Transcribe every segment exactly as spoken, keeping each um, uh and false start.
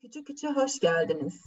Küçük Üç'e hoş geldiniz.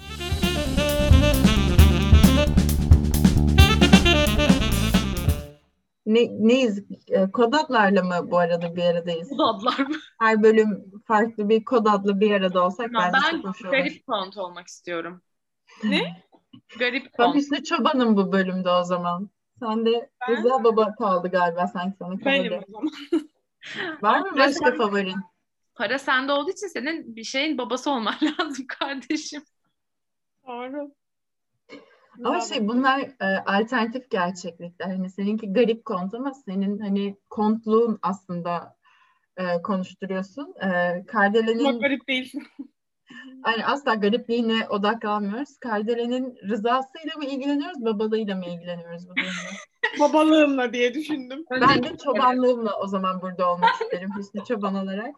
Ne, neyiz? E, Kod adlarla mı bu arada bir aradayız? Bu da adlar mı? Her bölüm farklı bir kod adlı bir arada olsak Tamam, bence çok ben hoş olur. garip kont olmak istiyorum. Ne? Garip Ben kont. Hüsnü Çoban'ım bu bölümde o zaman. Sen de Ben Rıza Baba kaldı galiba sanki sana benim favori. o zaman. Var Ama mı para, başka sen- favorin? para sende olduğu için senin bir şeyin babası olman lazım kardeşim. Doğru. Ama Güzel şey bak. bunlar e, alternatif gerçeklikler. Hani seninki garip kont ama senin hani kontluğun aslında e, konuşturuyorsun. E, Ama Kardele'nin garip değilsin. yani asla garipliğine odaklanmıyoruz. Kardele'nin rızasıyla mı ilgileniyoruz, babalığıyla mı ilgileniyoruz bu durumda? Babalığımla diye düşündüm. Ben de Öncelikle evet. çobanlığımla o zaman burada olmak isterim Hüsnü Çoban olarak.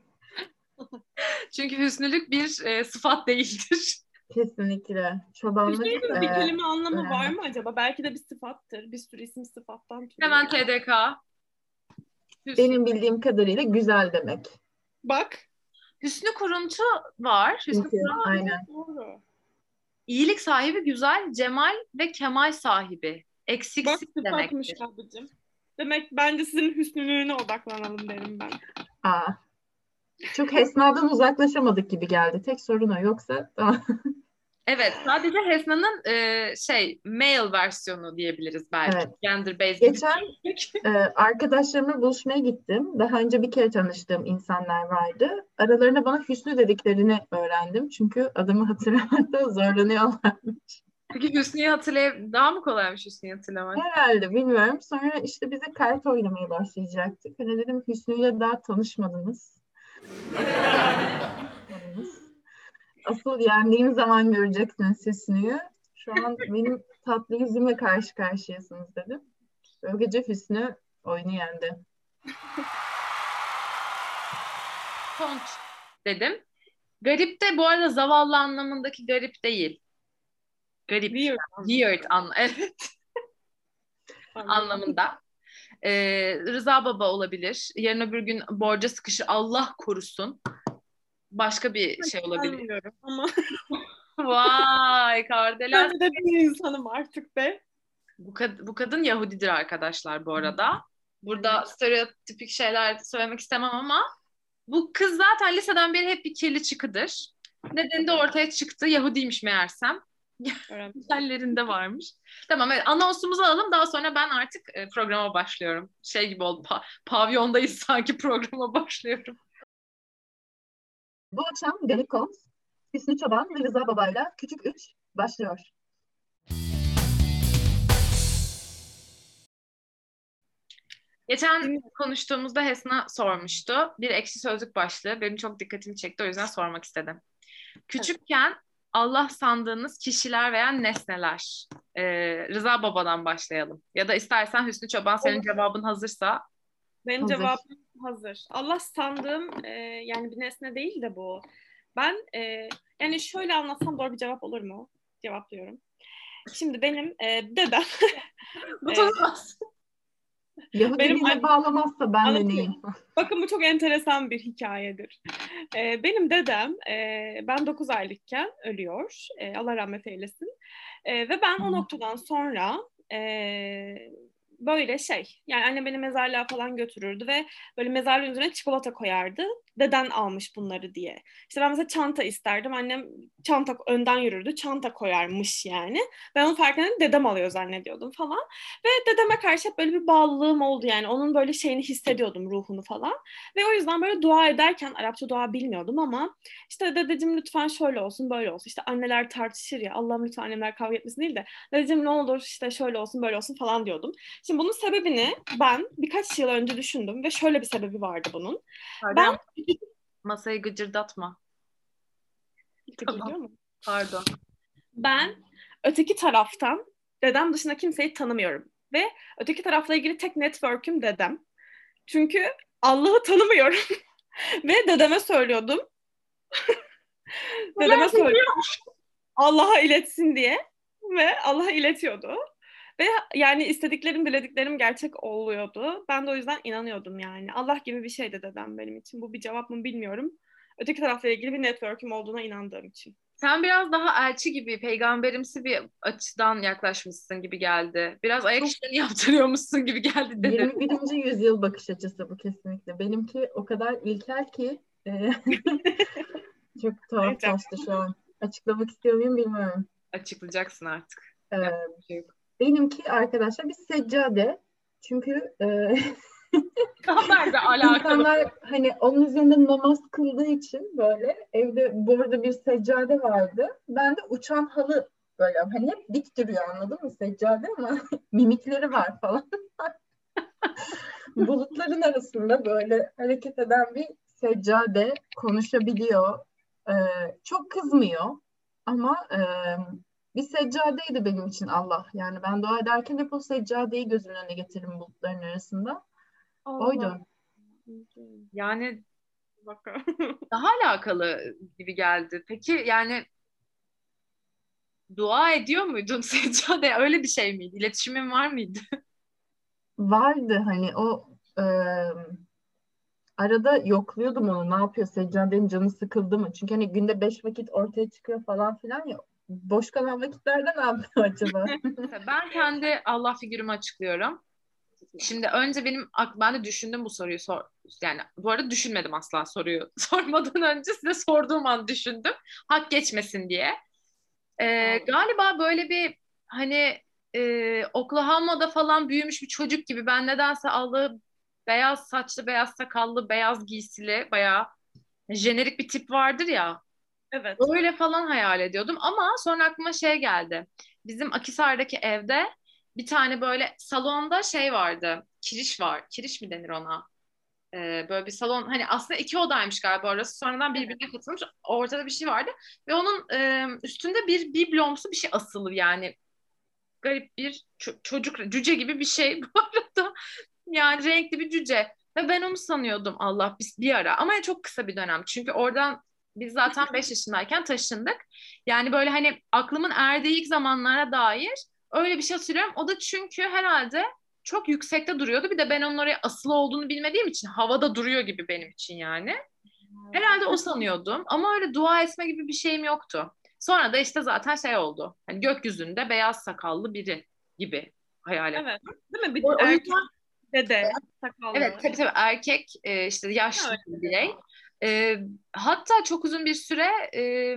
Çünkü hüsnülük bir e, sıfat değildir. Kesinlikle. Çobanlık Düşündünüz bir e, kelime anlamı var önemli. mı acaba? Belki de bir sıfattır. Bir sürü isim sıfattan Hemen türüyor. T D K. Hüsnü. Benim bildiğim kadarıyla güzel demek. Bak. Hüsnü kuruntu var. Hüsnü Çünkü kuruntu aynen. Doğru. iyilik sahibi, güzel, cemal ve kemal sahibi. Bak Eksiksiz sıfatmış demektir. abicim. Demek bence sizin hüsnülüğüne odaklanalım derim ben. Aa, çok Hesna'dan uzaklaşamadık gibi geldi. Tek sorun o. Yoksa tamam. Evet, sadece Hesna'nın e, şey male versiyonu diyebiliriz belki. Evet. Gender based gibi. Geçen Ee, arkadaşlarımla buluşmaya gittim. Daha önce bir kere tanıştığım insanlar vardı. Aralarında bana Hüsnü dediklerini öğrendim. Çünkü adımı hatırlamakta zorlanıyorlarmış. Peki Hüsnü'yü hatırlay daha mı kolaymış Hüsnü'yü hatırlamak? Herhalde bilmiyorum. Sonra işte bize kart oynamaya başlayacaktık. Hani dedim Hüsnü'yle daha tanışmadınız. Tanışmadınız. Asıl yendiğim zaman göreceksiniz Hüsnü'yü. Şu an benim tatlı yüzümle karşı karşıyasınız dedim. O gece Hüsnü oyunu yendi. Kont dedim. Garip de bu arada zavallı anlamındaki garip değil. Garip. Weird. Weird an evet, anlamında. Ee, Rıza Baba olabilir. Yarın öbür gün borca sıkışır. Allah korusun. Başka bir şey olabilir. Sanmıyorum ama Vay Kardelen. ben de bir insanım artık be. Bu, kad- bu kadın Yahudidir arkadaşlar bu arada. Burada stereotipik şeyler söylemek istemem ama bu kız zaten liseden beri hep bir kirli çıkıdır. Nedeni de ortaya çıktı. Yahudiymiş meğersem. Öğrendim. Yerlerinde varmış. Tamam, evet, anonsumuzu alalım. Daha sonra ben artık e, programa başlıyorum. Şey gibi oldu. Pa- pavyondayız sanki, programa başlıyorum. Bu akşam Garip Kont, Hüsnü Çoban ve Rıza Baba'yla Küçük Üç başlıyor. Geçen konuştuğumuzda Hesna sormuştu. Bir ekşi sözlük başlığı benim çok dikkatimi çekti. O yüzden sormak istedim. Küçükken Allah sandığınız kişiler veya nesneler. Ee, Rıza Baba'dan başlayalım. Ya da istersen Hüsnü Çoban, senin Olur. cevabın hazırsa. Benim Hazır. cevabım hazır. Allah sandığım e, yani bir nesne değil de bu. Ben e, yani şöyle anlatsam doğru bir cevap olur mu? Cevaplıyorum. Şimdi benim e, dedem Buton e, bas. Yahudi benim bize bağlamazsa ben de anlatayım. neyim? Bakın bu çok enteresan bir hikayedir. E, benim dedem e, ben dokuz aylıkken ölüyor. E, Allah rahmet eylesin. E, ve ben o noktadan sonra e, böyle şey yani annem beni mezarlığa falan götürürdü ve böyle mezarlığın üzerine çikolata koyardı. Deden almış bunları diye. İşte ben mesela çanta isterdim. Annem çanta önden yürürdü. Çanta koyarmış yani. Ben onu fark edince dedem alıyor zannediyordum falan. Ve dedeme karşı hep böyle bir bağlılığım oldu yani. Onun böyle şeyini hissediyordum, ruhunu falan. Ve o yüzden böyle dua ederken, Arapça dua bilmiyordum ama işte dedeciğim lütfen şöyle olsun, böyle olsun. İşte anneler tartışır ya, Allah'ım lütfen annemler kavga etmesin değil de dedeciğim ne olur işte şöyle olsun, böyle olsun falan diyordum. Şimdi bunun sebebini ben birkaç yıl önce düşündüm ve şöyle bir sebebi vardı bunun. Ben Masayı gıcırdatma. Gıcırdıyor mu? Pardon. Ben öteki taraftan dedem dışında kimseyi tanımıyorum. Ve öteki tarafla ilgili tek network'üm dedem. Çünkü Allah'ı tanımıyorum. Ve dedeme söylüyordum. dedeme söylüyordum. Allah'a iletsin diye. Ve Allah'a iletiyordu. Ve yani istediklerim, dilediklerim gerçek oluyordu. Ben de o yüzden inanıyordum yani. Allah gibi bir şeydi dedem benim için. Bu bir cevap mı bilmiyorum. Öteki tarafla ilgili bir network'üm olduğuna inandığım için. Sen biraz daha elçi gibi, peygamberimsi bir açıdan yaklaşmışsın gibi geldi. Biraz ayak Çok işlerini yaptırıyormuşsun gibi geldi dedi. yirmi birinci yüzyıl bakış açısı bu kesinlikle. Benimki o kadar ilkel ki e, çok Gerçekten. tuhaflaştı şu an. Açıklamak istiyor muyum bilmiyorum. Açıklayacaksın artık. E, Yapacak bir şey yok. Benimki arkadaşlar bir seccade. Çünkü e, Daha da alakalı. insanlar hani onun üzerinde namaz kıldığı için böyle evde bu arada bir seccade vardı. Ben de uçan halı böyle hani hep dik duruyor anladın mı seccade ama mimikleri var falan. Bulutların arasında böyle hareket eden bir seccade konuşabiliyor. Ee, çok kızmıyor ama e, bir seccadeydi benim için Allah. Yani ben dua ederken hep o seccadeyi gözümün önüne getiririm bulutların arasında. Allah. Oydu. Yani Bakalım. daha alakalı gibi geldi. Peki yani dua ediyor muydun seccade? Öyle bir şey miydi? İletişimin var mıydı? Vardı hani o e, arada yokluyordum onu. Ne yapıyor? Seccadenin canı sıkıldı mı? Çünkü hani günde beş vakit ortaya çıkıyor falan filan ya. Boş kalan vakitlerde ne yapıyor acaba? Ben kendi Allah figürümü açıklıyorum. Şimdi önce benim ak- ben de düşündüm bu soruyu sor yani bu arada düşünmedim asla soruyu sormadan önce size sorduğum an düşündüm hak geçmesin diye. Ee, galiba böyle bir hani e, Oklahoma'da falan büyümüş bir çocuk gibi ben nedense Allah'ı beyaz saçlı, beyaz sakallı, beyaz giysili bayağı jenerik bir tip vardır ya. Evet. Öyle falan hayal ediyordum ama sonra aklıma şey geldi. Bizim Akhisar'daki evde bir tane böyle salonda şey vardı. Kiriş var. Kiriş mi denir ona? Ee, böyle bir salon hani aslında iki odaymış galiba orası. Sonradan birbirine katılmış. Ortada bir şey vardı. Ve onun e, üstünde bir biblomsu bir şey asılı yani. Garip bir ço- çocuk cüce gibi bir şey bu arada. Yani renkli bir cüce. Ve ben onu sanıyordum Allah bir, bir ara. Ama çok kısa bir dönem. Çünkü oradan biz zaten beş yaşındayken taşındık. Yani böyle hani aklımın erdiği ilk zamanlara dair öyle bir şey hatırlıyorum. O da çünkü herhalde çok yüksekte duruyordu. Bir de ben onun oraya asılı olduğunu bilmediğim için havada duruyor gibi benim için yani. Herhalde o sanıyordum. Ama öyle dua etme gibi bir şeyim yoktu. Sonra da işte zaten şey oldu. Hani gökyüzünde beyaz sakallı biri gibi hayal ettim. Evet. Değil mi? Bir O, o erkek yüzden dede evet sakallı. tabii tabii erkek e, işte yaşlı Evet. bir birey. E, hatta çok uzun bir süre e,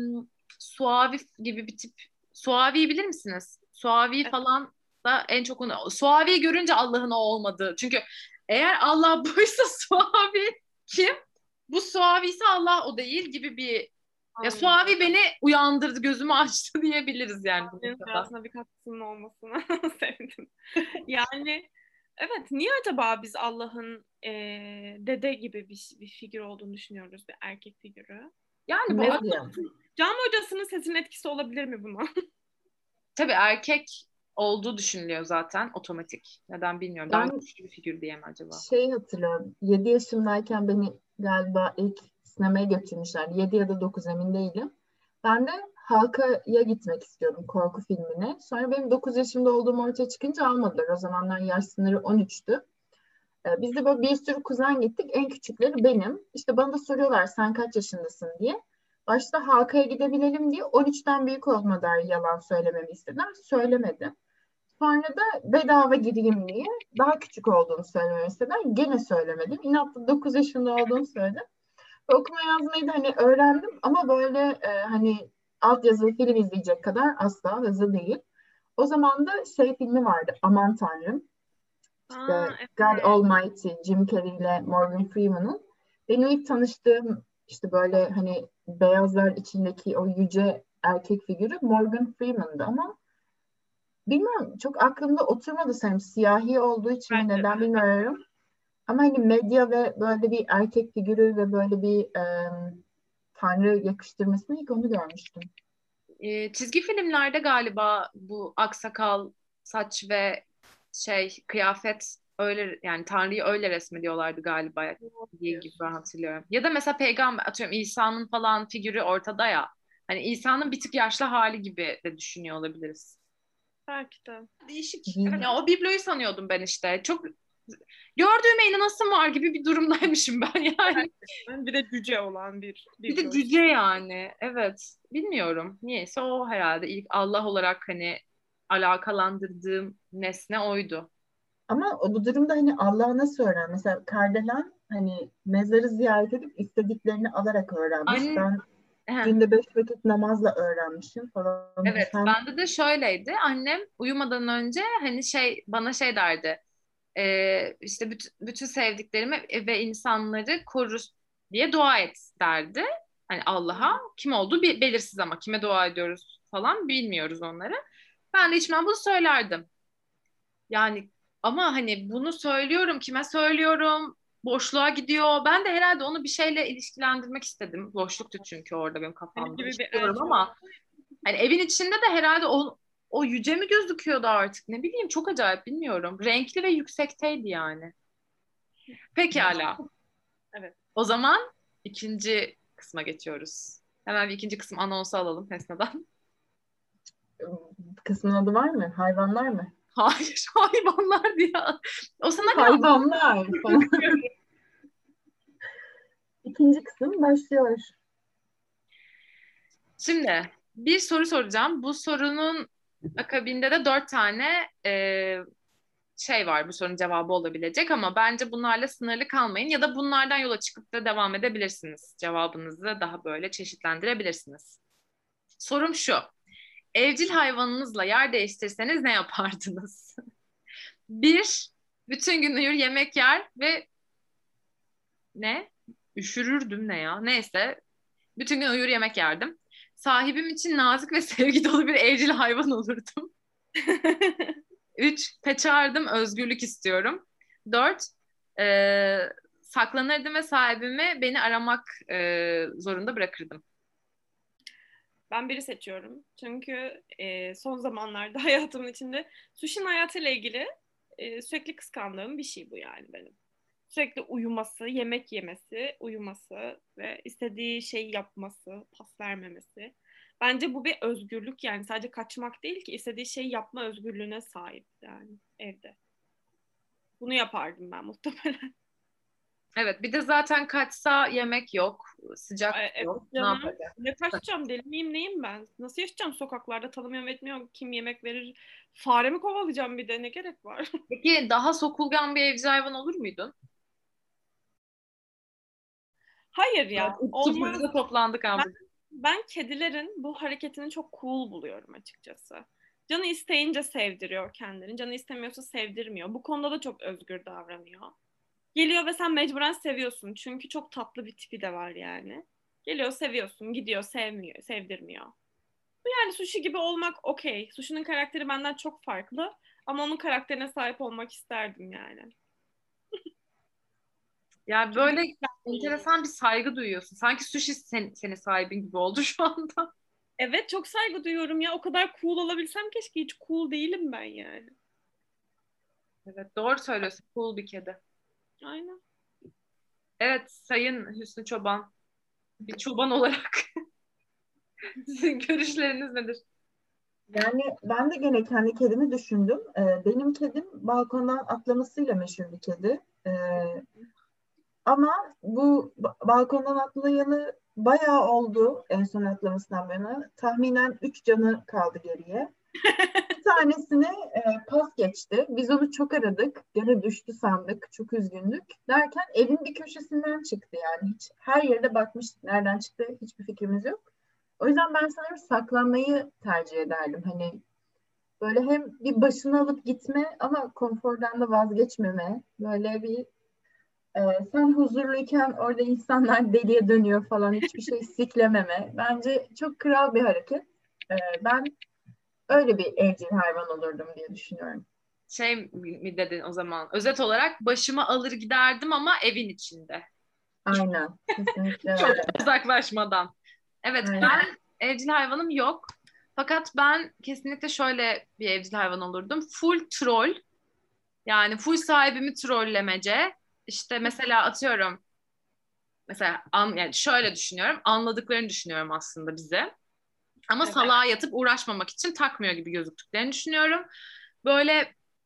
Suavi gibi bir tip. Suavi'yi bilir misiniz? Suavi falan da en çok onu. Suavi'yi görünce Allah'ın o olmadığı. Çünkü eğer Allah buysa Suavi kim? Bu Suavi ise Allah o değil gibi bir ya Anladım. Suavi beni uyandırdı, gözümü açtı diyebiliriz yani bu Benim noktada. hayatımda bir katkısının olmasına sevdim. Yani evet niye acaba biz Allah'ın e, dede gibi bir, bir figür olduğunu düşünüyoruz, bir erkek figürü? Yani bu Medya. Can hocasının sesinin etkisi olabilir mi buna? tabii erkek olduğu düşünülüyor zaten otomatik. Neden bilmiyorum. Daha Ben güçlü bir figür diye mi acaba? şey hatırlıyorum. Yedi yaşımdayken beni galiba ilk sinemaya götürmüşler. Yedi ya da dokuz emin değilim. Ben de Halka'ya gitmek istiyordum korku filmine. Sonra benim dokuz yaşımda olduğum ortaya çıkınca almadılar. O zamanlar yaş sınırı on üçtü. Ee, Biz de böyle bir sürü kuzen gittik. En küçükleri benim. İşte bana da soruyorlar sen kaç yaşındasın diye. Başta Halka'ya gidebilelim diye on üçten büyük olmadan yalan söylememi istediler. Söylemedim. Sonra da bedava gireyim diye daha küçük olduğunu söylememi istediler. Gene söylemedim. İnatla dokuz yaşında olduğumu söyledim. Ve okuma yazmayı da hani öğrendim ama böyle e, hani altyazılı film izleyecek kadar asla hızlı değil. O zaman da şey filmi vardı Aman Tanrım. Aa, İşte God evet. Almighty, Jim Carrey ile Morgan Freeman'ın. Benim ilk tanıştığım işte böyle hani beyazlar içindeki o yüce erkek figürü Morgan Freeman'dı ama bilmiyorum çok aklımda oturmadı sanırım siyahi olduğu için mi Bence neden de. bilmiyorum. Ama hani medya ve böyle bir erkek figürü ve böyle bir e, tanrı yakıştırmasını ilk onu görmüştüm. Ee, çizgi filmlerde galiba bu aksakal, saç ve şey kıyafet öyle yani Tanrı'yı öyle resmediyorlardı galiba diye gibi ben hatırlıyorum. Ya da mesela peygamber atıyorum İsa'nın falan figürü ortada ya. Hani İsa'nın bir tık yaşlı hali gibi de düşünüyor olabiliriz. Belki de. Değişik. Değil. Hani o bibloyu sanıyordum ben işte. Çok gördüğüme inanasım var gibi bir durumdaymışım ben yani. Bir de cüce olan bir Bir de cüce yani. Evet. Bilmiyorum. Niyeyse o herhalde ilk Allah olarak hani alakalandırdığım nesne oydu. Ama o bu durumda hani Allah'a nasıl öğren? Mesela Kardelen hani mezarı ziyaret edip istediklerini alarak öğrenmiş. Anne, Ben Heh, günde beş vakit namazla öğrenmişim falan. evet, Sen bende de şöyleydi. Annem uyumadan önce hani şey bana şey derdi. E, işte bütün, bütün sevdiklerimi ve insanları koru diye dua et derdi. Hani Allah'a kim olduğu bir belirsiz ama kime dua ediyoruz falan bilmiyoruz onları. Ben de içimden bunu söylerdim. Yani ama hani bunu söylüyorum, kime söylüyorum? Boşluğa gidiyor. Ben de herhalde onu bir şeyle ilişkilendirmek istedim. Boşluktu çünkü orada benim Benim kafamda. gibi bir Bilmiyorum elçi ama hani evin içinde de herhalde o o yüce mi gözüküyordu artık? Ne bileyim çok acayip bilmiyorum. Renkli ve yüksekteydi yani. Pekala. Evet. O zaman ikinci kısma geçiyoruz. Hemen bir ikinci kısım anonsu alalım Hesna'dan. kısmın adı var mı? Hayvanlar mı? Hayır, hayvanlar diye. O sana ne Hayvanlar falan. İkinci kısım başlıyor. Şimdi bir soru soracağım. Bu sorunun akabinde de dört tane e, şey var bu sorunun cevabı olabilecek ama bence bunlarla sınırlı kalmayın ya da bunlardan yola çıkıp da devam edebilirsiniz. Cevabınızı daha böyle çeşitlendirebilirsiniz. Sorum şu. Evcil hayvanınızla yer değiştirseniz ne yapardınız? Bir, bütün gün uyur, yemek yer ve ne? Üşürürdüm ne ya? Neyse. Bütün gün uyur, yemek yerdim. Sahibim için nazik ve sevgi dolu bir evcil hayvan olurdum. Üç, kaçardım, özgürlük istiyorum. Dört, e, saklanırdım ve sahibimi beni aramak e, zorunda bırakırdım. Ben biri seçiyorum. Çünkü e, son zamanlarda hayatımın içinde Sushi'nin hayatıyla ilgili e, sürekli kıskandığım bir şey bu yani benim. Sürekli uyuması, yemek yemesi, uyuması ve istediği şeyi yapması, pas vermemesi. Bence bu bir özgürlük yani sadece kaçmak değil ki istediği şeyi yapma özgürlüğüne sahip yani evde. Bunu yapardım ben muhtemelen. Evet, bir de zaten kaçsa yemek yok, sıcak Ay, evet yok. Ne canım. yapacak? Ne kaçacağım deli miyim neyim ben? Nasıl yaşayacağım sokaklarda tanımıyorum etmiyorum kim yemek verir? Fare mi kovalayacağım bir de ne gerek var? Peki daha sokulgan bir evcil hayvan olur muydun? Hayır Evet, ya uç olmaz. sıfırda toplandık Ben, abi. ben kedilerin bu hareketini çok cool buluyorum açıkçası. Canı isteyince sevdiriyor kendini. Canı istemiyorsa sevdirmiyor. Bu konuda da çok özgür davranıyor. Geliyor ve sen mecburen seviyorsun. Çünkü çok tatlı bir tipi de var yani. Geliyor seviyorsun, gidiyor sevmiyor, sevdirmiyor. Yani Sushi gibi olmak okey. Sushi'nin karakteri benden çok farklı. Ama onun karakterine sahip olmak isterdim yani. Yani Çünkü böyle enteresan bir saygı duyuyorsun. Sanki sushi sen, senin sahibin gibi oldu şu anda. evet çok saygı duyuyorum ya. O kadar cool olabilsem keşke hiç cool değilim ben yani. Evet, doğru söylüyorsun. Cool bir kedi. Aynen. Evet, Sayın Hüsnü Çoban. Bir çoban olarak sizin görüşleriniz nedir? Yani ben de gene kendi kedimi düşündüm. Ee, benim kedim balkondan atlamasıyla meşhur bir kedi. Ee, ama bu ba- balkondan atlayalı bayağı oldu en son atlamasından beri. Tahminen üç canı kaldı geriye. Bir tanesini e, pas geçti. Biz onu çok aradık. Gene düştü sandık. Çok üzgündük. Derken evin bir köşesinden çıktı yani. Hiç her yerde bakmıştık. Nereden çıktı hiçbir fikrimiz yok. O yüzden ben sanırım saklanmayı tercih ederdim. Hani böyle hem bir başını alıp gitme ama konfordan da vazgeçmeme. Böyle bir e, sen huzurluyken orada insanlar deliye dönüyor falan hiçbir şey siklememe. Bence çok kral bir hareket. E, ben öyle bir evcil hayvan olurdum diye düşünüyorum. Şey mi dedin o zaman? Özet olarak başımı alır giderdim ama evin içinde. Aynen. Kesinlikle Çok öyle. uzaklaşmadan. Evet, Aynen. ben evcil hayvanım yok. Fakat ben kesinlikle şöyle bir evcil hayvan olurdum. Full troll. Yani full sahibimi trollemece. İşte mesela atıyorum. Mesela an, yani şöyle düşünüyorum. Anladıklarını düşünüyorum aslında bize. Ama Evet. salağa yatıp uğraşmamak için takmıyor gibi gözüktüklerini düşünüyorum. Böyle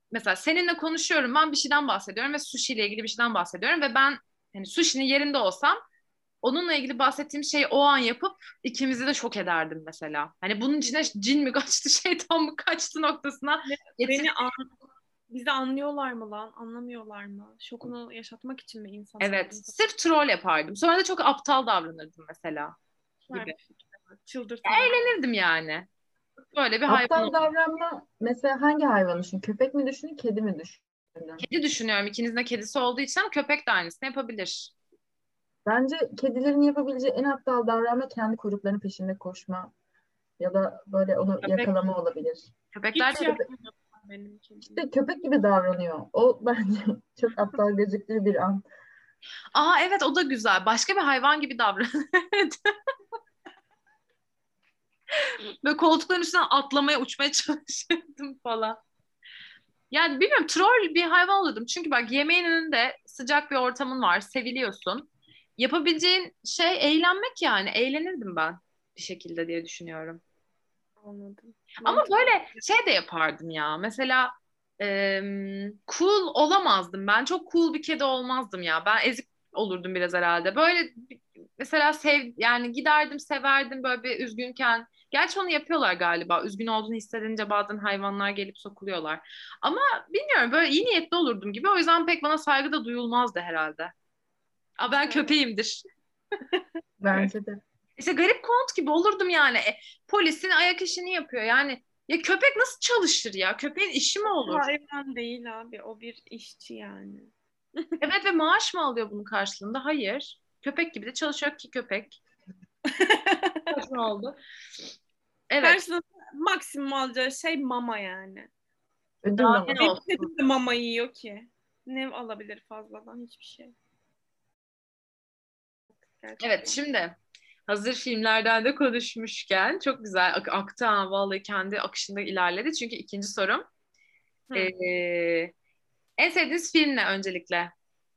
mesela seninle konuşuyorum, ben bir şeyden bahsediyorum ve sushi ile ilgili bir şeyden bahsediyorum ve ben hani sushi'nin yerinde olsam onunla ilgili bahsettiğim şeyi o an yapıp ikimizi de şok ederdim mesela. Hani bunun içine cin mi kaçtı, şeytan mı kaçtı noktasına getir. Beni an bizi anlıyorlar mı lan? Anlamıyorlar mı? Şokunu yaşatmak için mi insan Evet, oldun? sırf troll yapardım. Sonra da çok aptal davranırdım mesela gibi. Çıldırtma. Eğlenirdim yani. Böyle bir hayvan Aptal oldum. davranma mesela hangi hayvan düşün? Köpek mi düşünün, kedi mi düşünün? Kedi düşünüyorum. İkinizin de kedisi olduğu için ama köpek de aynısını yapabilir. Bence kedilerin yapabileceği en aptal davranma kendi kuyruklarının peşinde koşma ya da böyle onu Köpek, yakalama olabilir. köpekler Hiç de Köpek, yapmıyor benim kedim. işte köpek gibi davranıyor. O bence çok aptal gözüktüğü bir an. Aa evet, o da güzel. Başka bir hayvan gibi davranıyor. Böyle koltukların üstünden atlamaya, uçmaya çalışırdım falan. Yani bilmiyorum, troll bir hayvan olurdum. Çünkü bak, yemeğin önünde sıcak bir ortamın var, seviliyorsun. Yapabileceğin şey eğlenmek yani. Eğlenirdim ben bir şekilde diye düşünüyorum. Anladım. Ama Mantıklı. böyle şey de yapardım ya. Mesela em, cool olamazdım. Ben çok cool bir kedi olmazdım ya. Ben ezik olurdum biraz herhalde. Böyle mesela sev yani giderdim, severdim böyle bir üzgünken. Gerçi onu yapıyorlar galiba. Üzgün olduğunu hissedince bazen hayvanlar gelip sokuluyorlar. Ama bilmiyorum, böyle iyi niyetli olurdum gibi. O yüzden pek bana saygı da duyulmazdı herhalde. Aa, ben Evet. köpeğimdir. Evet. Bence de. İşte garip kont gibi olurdum yani. E, polisin ayak işini yapıyor. Yani ya köpek nasıl çalışır ya? Köpeğin işi mi olur? Hayvan değil abi. O bir işçi yani. Evet, ve maaş mı alıyor bunun karşılığında? Hayır. Köpek gibi de çalışıyor ki köpek. Saçma oldu. Evet. Karşılığında maksimum alacağı şey mama yani. Ödül Daha ne Benim maması. olsun? kedim de mama yiyor ki. Ne alabilir fazladan? Hiçbir şey. Evet, Gerçekten. şimdi hazır filmlerden de konuşmuşken çok güzel ak aktı ha, vallahi kendi akışında ilerledi. Çünkü ikinci sorum. Hı. Ee, en sevdiğiniz film ne öncelikle?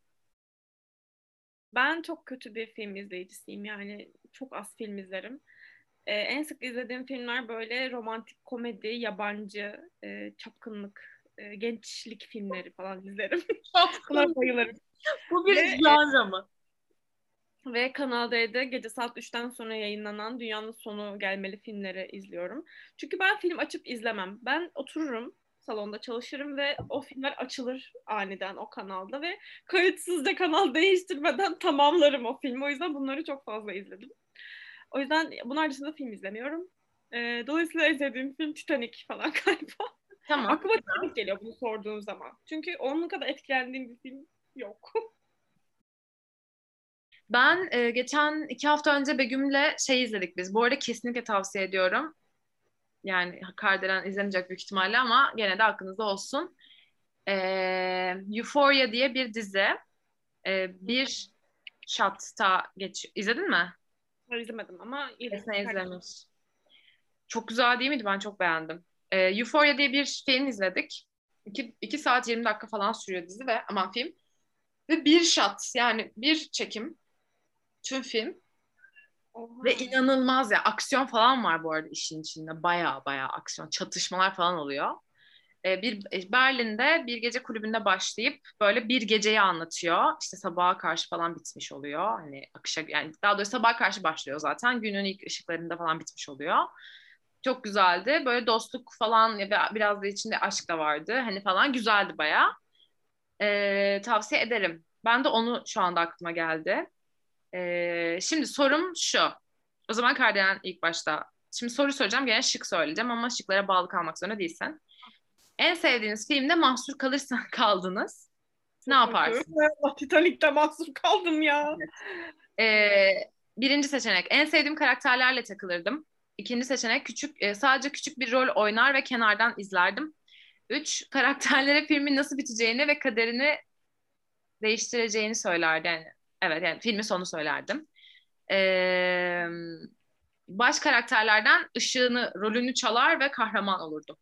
Ben çok kötü bir film izleyicisiyim. Yani çok az film izlerim. Ee, en sık izlediğim filmler böyle romantik komedi, yabancı, e, çapkınlık, e, gençlik filmleri falan izlerim. Buna Çapkın. bayılırım. Bu Ve bir janra mı? Ve Kanal D'de gece saat üçten sonra yayınlanan Dünyanın Sonu gelmeli filmleri izliyorum. Çünkü ben film açıp izlemem. Ben otururum, salonda çalışırım ve o filmler açılır aniden o kanalda ve kayıtsızca kanal değiştirmeden tamamlarım o filmi. O yüzden bunları çok fazla izledim. O yüzden bunlar dışında film izlemiyorum. Ee, dolayısıyla en sevdiğim film Titanic falan galiba. Tamam. Aklıma Titanic geliyor bunu sorduğun zaman. Çünkü onun kadar etkilendiğim bir film yok. Ben e, geçen iki hafta önce Begüm'le şey izledik biz. Bu arada kesinlikle tavsiye ediyorum. Yani Kardelen izlemeyecek büyük ihtimalle ama gene de aklınızda olsun. E, Euphoria diye bir dizi. E, bir shot'ta geç. İzledin mi? İzlemedim ama yedim. Kesin izlemiş. Çok güzel değil miydi? Ben çok beğendim. E, Euphoria diye bir film izledik. İki, iki saat yirmi dakika falan sürüyor dizi ve aman film. Ve bir shot, yani bir çekim tüm film. Ve Oha. inanılmaz ya. Aksiyon falan var bu arada işin içinde. Baya baya aksiyon. Çatışmalar falan oluyor. Ee, bir e, Berlin'de bir gece kulübünde başlayıp böyle bir geceyi anlatıyor. İşte sabaha karşı falan bitmiş oluyor. Hani akışa, yani daha doğrusu sabaha karşı başlıyor zaten. Günün ilk ışıklarında falan bitmiş oluyor. Çok güzeldi. Böyle dostluk falan ya da biraz da içinde aşk da vardı. Hani falan güzeldi baya. Ee, tavsiye ederim. Ben de onu şu anda aklıma geldi. Ee, şimdi sorum şu. O zaman Kardelen ilk başta. Şimdi soru soracağım. Gene şık söyleyeceğim ama şıklara bağlı kalmak zorunda değilsin. En sevdiğiniz filmde mahsur kalırsan kaldınız. Ne Çok kötü. yaparsın? Allah, Titanic'te mahsur kaldım ya. Evet. Ee, birinci seçenek. En sevdiğim karakterlerle takılırdım. İkinci seçenek. Küçük, e, sadece küçük bir rol oynar ve kenardan izlerdim. Üç, karakterlere filmin nasıl biteceğini ve kaderini değiştireceğini söylerdi. Yani, evet, yani filmin sonu söylerdim. Ee, baş karakterlerden ışığını, rolünü çalar ve kahraman olurdum.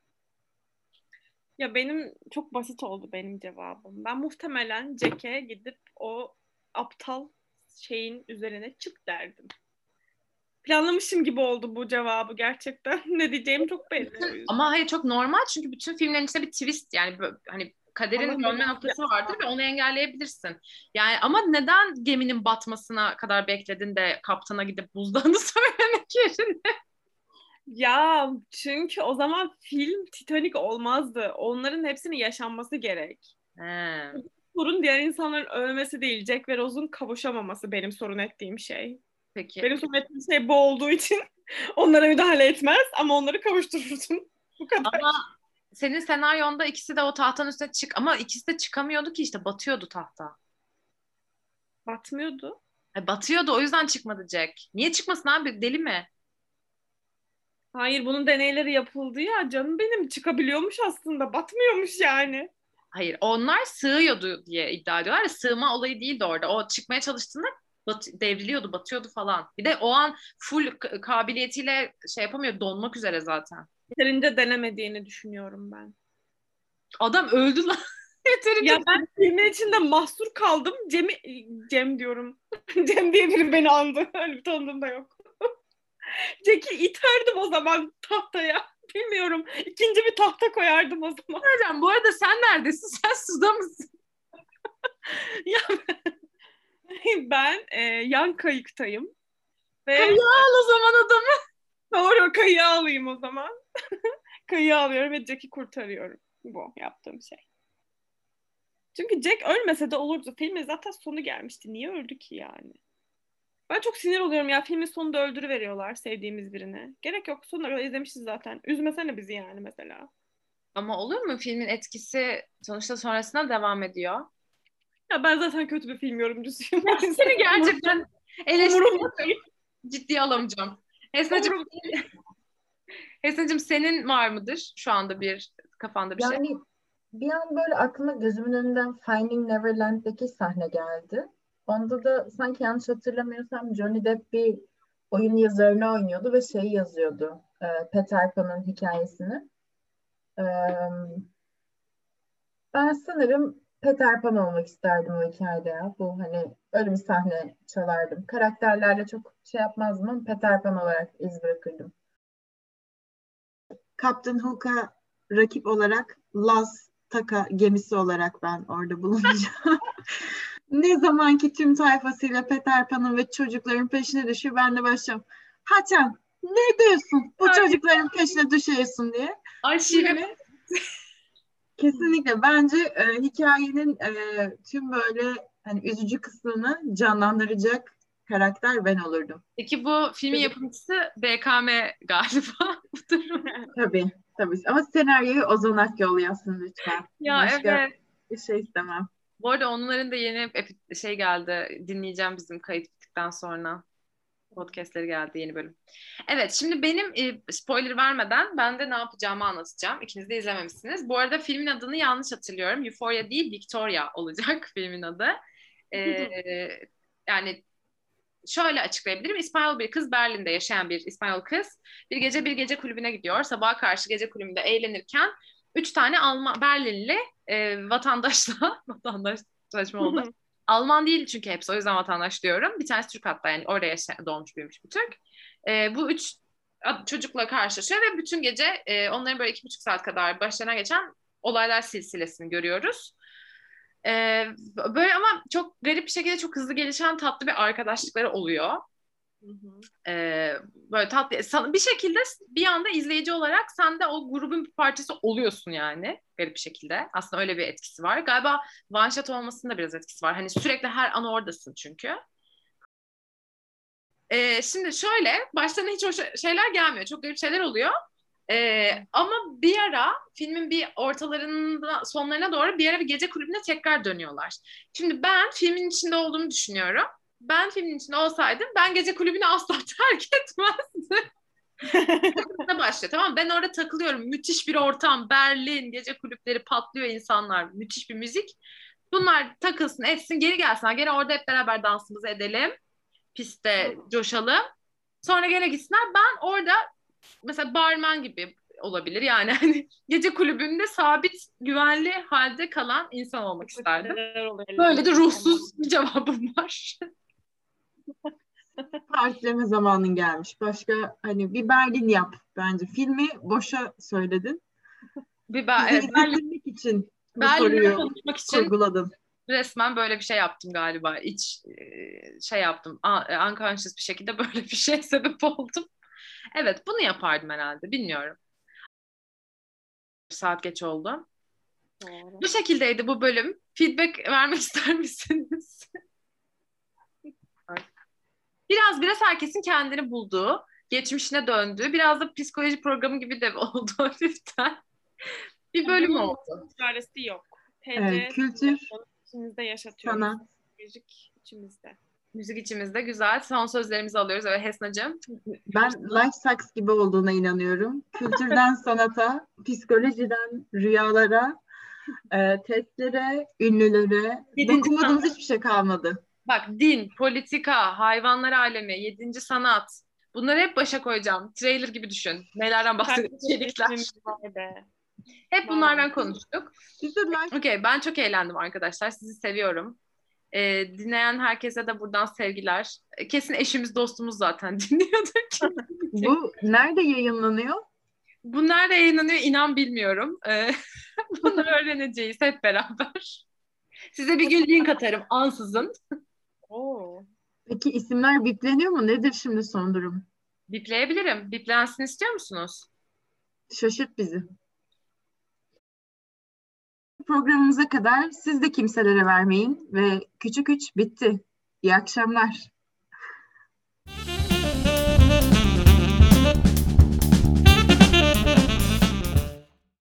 Ya benim çok basit oldu benim cevabım. Ben muhtemelen Jack'e gidip o aptal şeyin üzerine çık derdim. Planlamışım gibi oldu bu cevabı gerçekten. Ne diyeceğim çok belli. Ama hayır, çok normal çünkü bütün filmlerin içinde bir twist, yani böyle, hani kaderin Allah dönme belanı noktası versin. vardır ve onu engelleyebilirsin. Yani ama neden geminin batmasına kadar bekledin de kaptana gidip buzdağını söylemek yerine? Ya çünkü o zaman film Titanic olmazdı. Onların hepsinin yaşanması gerek. He, Sorun diğer insanların ölmesi değil. Jack ve Rose'un kavuşamaması benim sorun ettiğim şey. peki. Benim sorun ettiğim şey bu olduğu için onlara müdahale etmez ama onları kavuştururdum. Bu kadar. Ama senin senaryonda ikisi de o tahtanın üstüne çık, ama ikisi de çıkamıyordu ki, işte batıyordu tahta. Batmıyordu. Ay, batıyordu, o yüzden çıkmadı Jack. Niye çıkmasın abi, deli mi? Hayır, bunun deneyleri yapıldı ya canım benim, çıkabiliyormuş aslında, batmıyormuş yani. Hayır, onlar sığıyordu diye iddia ediyorlar ya, sığma olayı değildi orada. O çıkmaya çalıştığında bat, devriliyordu, batıyordu falan. Bir de o an full k- kabiliyetiyle şey yapamıyor, donmak üzere zaten. Yeterince denemediğini düşünüyorum ben. Adam öldü lan. Yeterince. Ya ben filmin içinde mahsur kaldım. Cem'i, Cem diyorum. Cem diye biri beni andı. Öyle bir tanıdığım da yok. Jack'i iterdim o zaman tahtaya. Bilmiyorum. İkinci bir tahta koyardım o zaman. Hocam, bu arada sen neredesin? Sen suda mısın? Ya ben, ben e, yan kayıktayım. Ve Kayığa al o zaman adamı. doğru, kayığı alayım o zaman. Kayığı alıyorum ve Jack'i kurtarıyorum. Bu yaptığım şey. Çünkü Jack ölmese de olurdu. Filmin zaten sonu gelmişti. Niye öldü ki yani? Ben çok sinir oluyorum ya. Filmin sonunda öldürüveriyorlar sevdiğimiz birini. Gerek yok. Sonuna kadar izlemişiz zaten. Üzmesene bizi yani mesela. Ama olur mu? Filmin etkisi sonuçta sonrasında devam ediyor. Ya ben zaten kötü bir film yorumcusuyum. Seni gerçekten eleştiri Umurumda değil. ciddiye alamayacağım. Esnacığım, Umurumda değil. Esnacığım, senin var mıdır şu anda bir kafanda bir şey? Yani bir an böyle aklıma gözümün önünden Finding Neverland'deki sahne geldi. Onda da sanki yanlış hatırlamıyorsam Johnny Depp bir oyun yazarını oynuyordu ve şey yazıyordu. e, Peter Pan'ın hikayesini. E, Ben sanırım Peter Pan olmak isterdim o hikayede ya. Bu hani öyle bir sahne çalardım. Karakterlerle çok şey yapmazdım ama Peter Pan olarak iz bırakırdım. Captain Hook'a rakip olarak Laz Taka gemisi olarak ben orada bulunacağım. Ne zamanki tüm tayfasıyla Peter Pan'ın ve çocukların peşine düşüyor, ben de başlıyorum. Haçan, ne diyorsun bu çocukların peşine düşüyorsun diye. Arşivi. Yani kesinlikle bence e, hikayenin e, tüm böyle hani üzücü kısmını canlandıracak karakter ben olurdum. Peki bu filmin yapımcısı B K M galiba bu durum. Tabii, tabii. Ama senaryoyu Ozan Akyol yazsın lütfen. Ya Başka evet. bir şey istemem. Bu arada onların da yeni epi- şey geldi. Dinleyeceğim bizim kayıt bittikten sonra. Podcastleri geldi, yeni bölüm. Evet, şimdi benim e, spoiler vermeden ben de ne yapacağımı anlatacağım. İkiniz de izlememişsiniz. Bu arada filmin adını yanlış hatırlıyorum. Euphoria değil, Victoria olacak filmin adı. Ee, yani şöyle açıklayabilirim. İspanyol bir kız, Berlin'de yaşayan bir İspanyol kız. Bir gece bir gece kulübüne gidiyor. Sabaha karşı gece kulübünde eğlenirken üç tane Alman, Berlinli e, vatandaşla, vatandaş saçma oldu. Alman değil çünkü hepsi, o yüzden vatandaş diyorum. Bir tanesi Türk hatta, yani oraya yaşa- doğmuş büyümüş bir Türk. E, bu üç çocukla karşılaşıyor ve bütün gece e, onların böyle iki buçuk saat kadar başlarına geçen olaylar silsilesini görüyoruz. Ee, böyle ama çok garip bir şekilde çok hızlı gelişen tatlı bir arkadaşlıkları oluyor. Hı hı. Ee, böyle tatlı bir şekilde bir anda izleyici olarak sen de o grubun bir parçası oluyorsun yani, garip bir şekilde. Aslında öyle bir etkisi var. Galiba one shot olmasında biraz etkisi var. Hani sürekli her an oradasın çünkü. Ee, şimdi şöyle başlarına hiç o şeyler gelmiyor. Çok garip şeyler oluyor. Ee, ama bir ara filmin bir ortalarında, sonlarına doğru bir ara bir gece kulübüne tekrar dönüyorlar. Şimdi ben filmin içinde olduğumu düşünüyorum. Ben filmin içinde olsaydım ben gece kulübünü asla terk etmezdim. Ne başlıyor, tamam mı? Ben orada takılıyorum. Müthiş bir ortam. Berlin, gece kulüpleri patlıyor, insanlar. Müthiş bir müzik. Bunlar takılsın, etsin, geri gelsinler. Gene orada hep beraber dansımızı edelim. Pistte coşalım. Sonra gene gitsinler. Ben orada mesela barman gibi olabilir. Yani hani gece kulübünde sabit, güvenli halde kalan insan olmak isterdim. Böyle de ruhsuz bir cevabım var. Partileme zamanın gelmiş. Başka hani bir Berlin yap bence. Filmi boşa söyledin. Bir ben, Bizi evet, Berlin, izletmek için bu Berlin'den soruyu konuşmak için kurguladın. resmen böyle bir şey yaptım galiba. İç e, şey yaptım. A- unconscious bir şekilde böyle bir şey sebep oldum. Evet, bunu yapardım herhalde. Bilmiyorum. Saat geç oldu. Doğru. Bu şekildeydi bu bölüm. Feedback vermek ister misiniz? Biraz biraz herkesin kendini bulduğu, geçmişine döndüğü, biraz da psikoloji programı gibi de oldu hafiften. Bir bölüm Bunun oldu. çaresi yok. T C Evet, kültür, içimizde yaşatıyoruz. sanat. Müzik içimizde. Müzik içimizde güzel. Son sözlerimizi alıyoruz. Evet Hesnacığım. Ben life sucks gibi olduğuna inanıyorum. Kültürden sanata, psikolojiden rüyalara, e, testlere, ünlülere Yedinci dokunmadığımız sanat. hiçbir şey kalmadı. Bak din, politika, hayvanlar alemi, yedinci sanat. Bunları hep başa koyacağım. Trailer gibi düşün. Nelerden bahsediyoruz? İçerikler. Vay be. Hep Vay bunlardan be. konuştuk. Biz de life Okey, ben çok eğlendim arkadaşlar. Sizi seviyorum. Ee, dinleyen herkese de buradan sevgiler. Ee, Kesin eşimiz, dostumuz zaten dinliyordur. bu nerede yayınlanıyor? Bu nerede yayınlanıyor inan bilmiyorum. Ee, bunu öğreneceğiz hep beraber. Size bir gün link atarım ansızın. Oo. Peki isimler bipleniyor mu? Nedir şimdi son durum? Bipleyebilirim. Biplensin istiyor musunuz? Şaşırt bizi. Programımıza kadar siz de kimselere vermeyin ve küçük üç bitti. İyi akşamlar.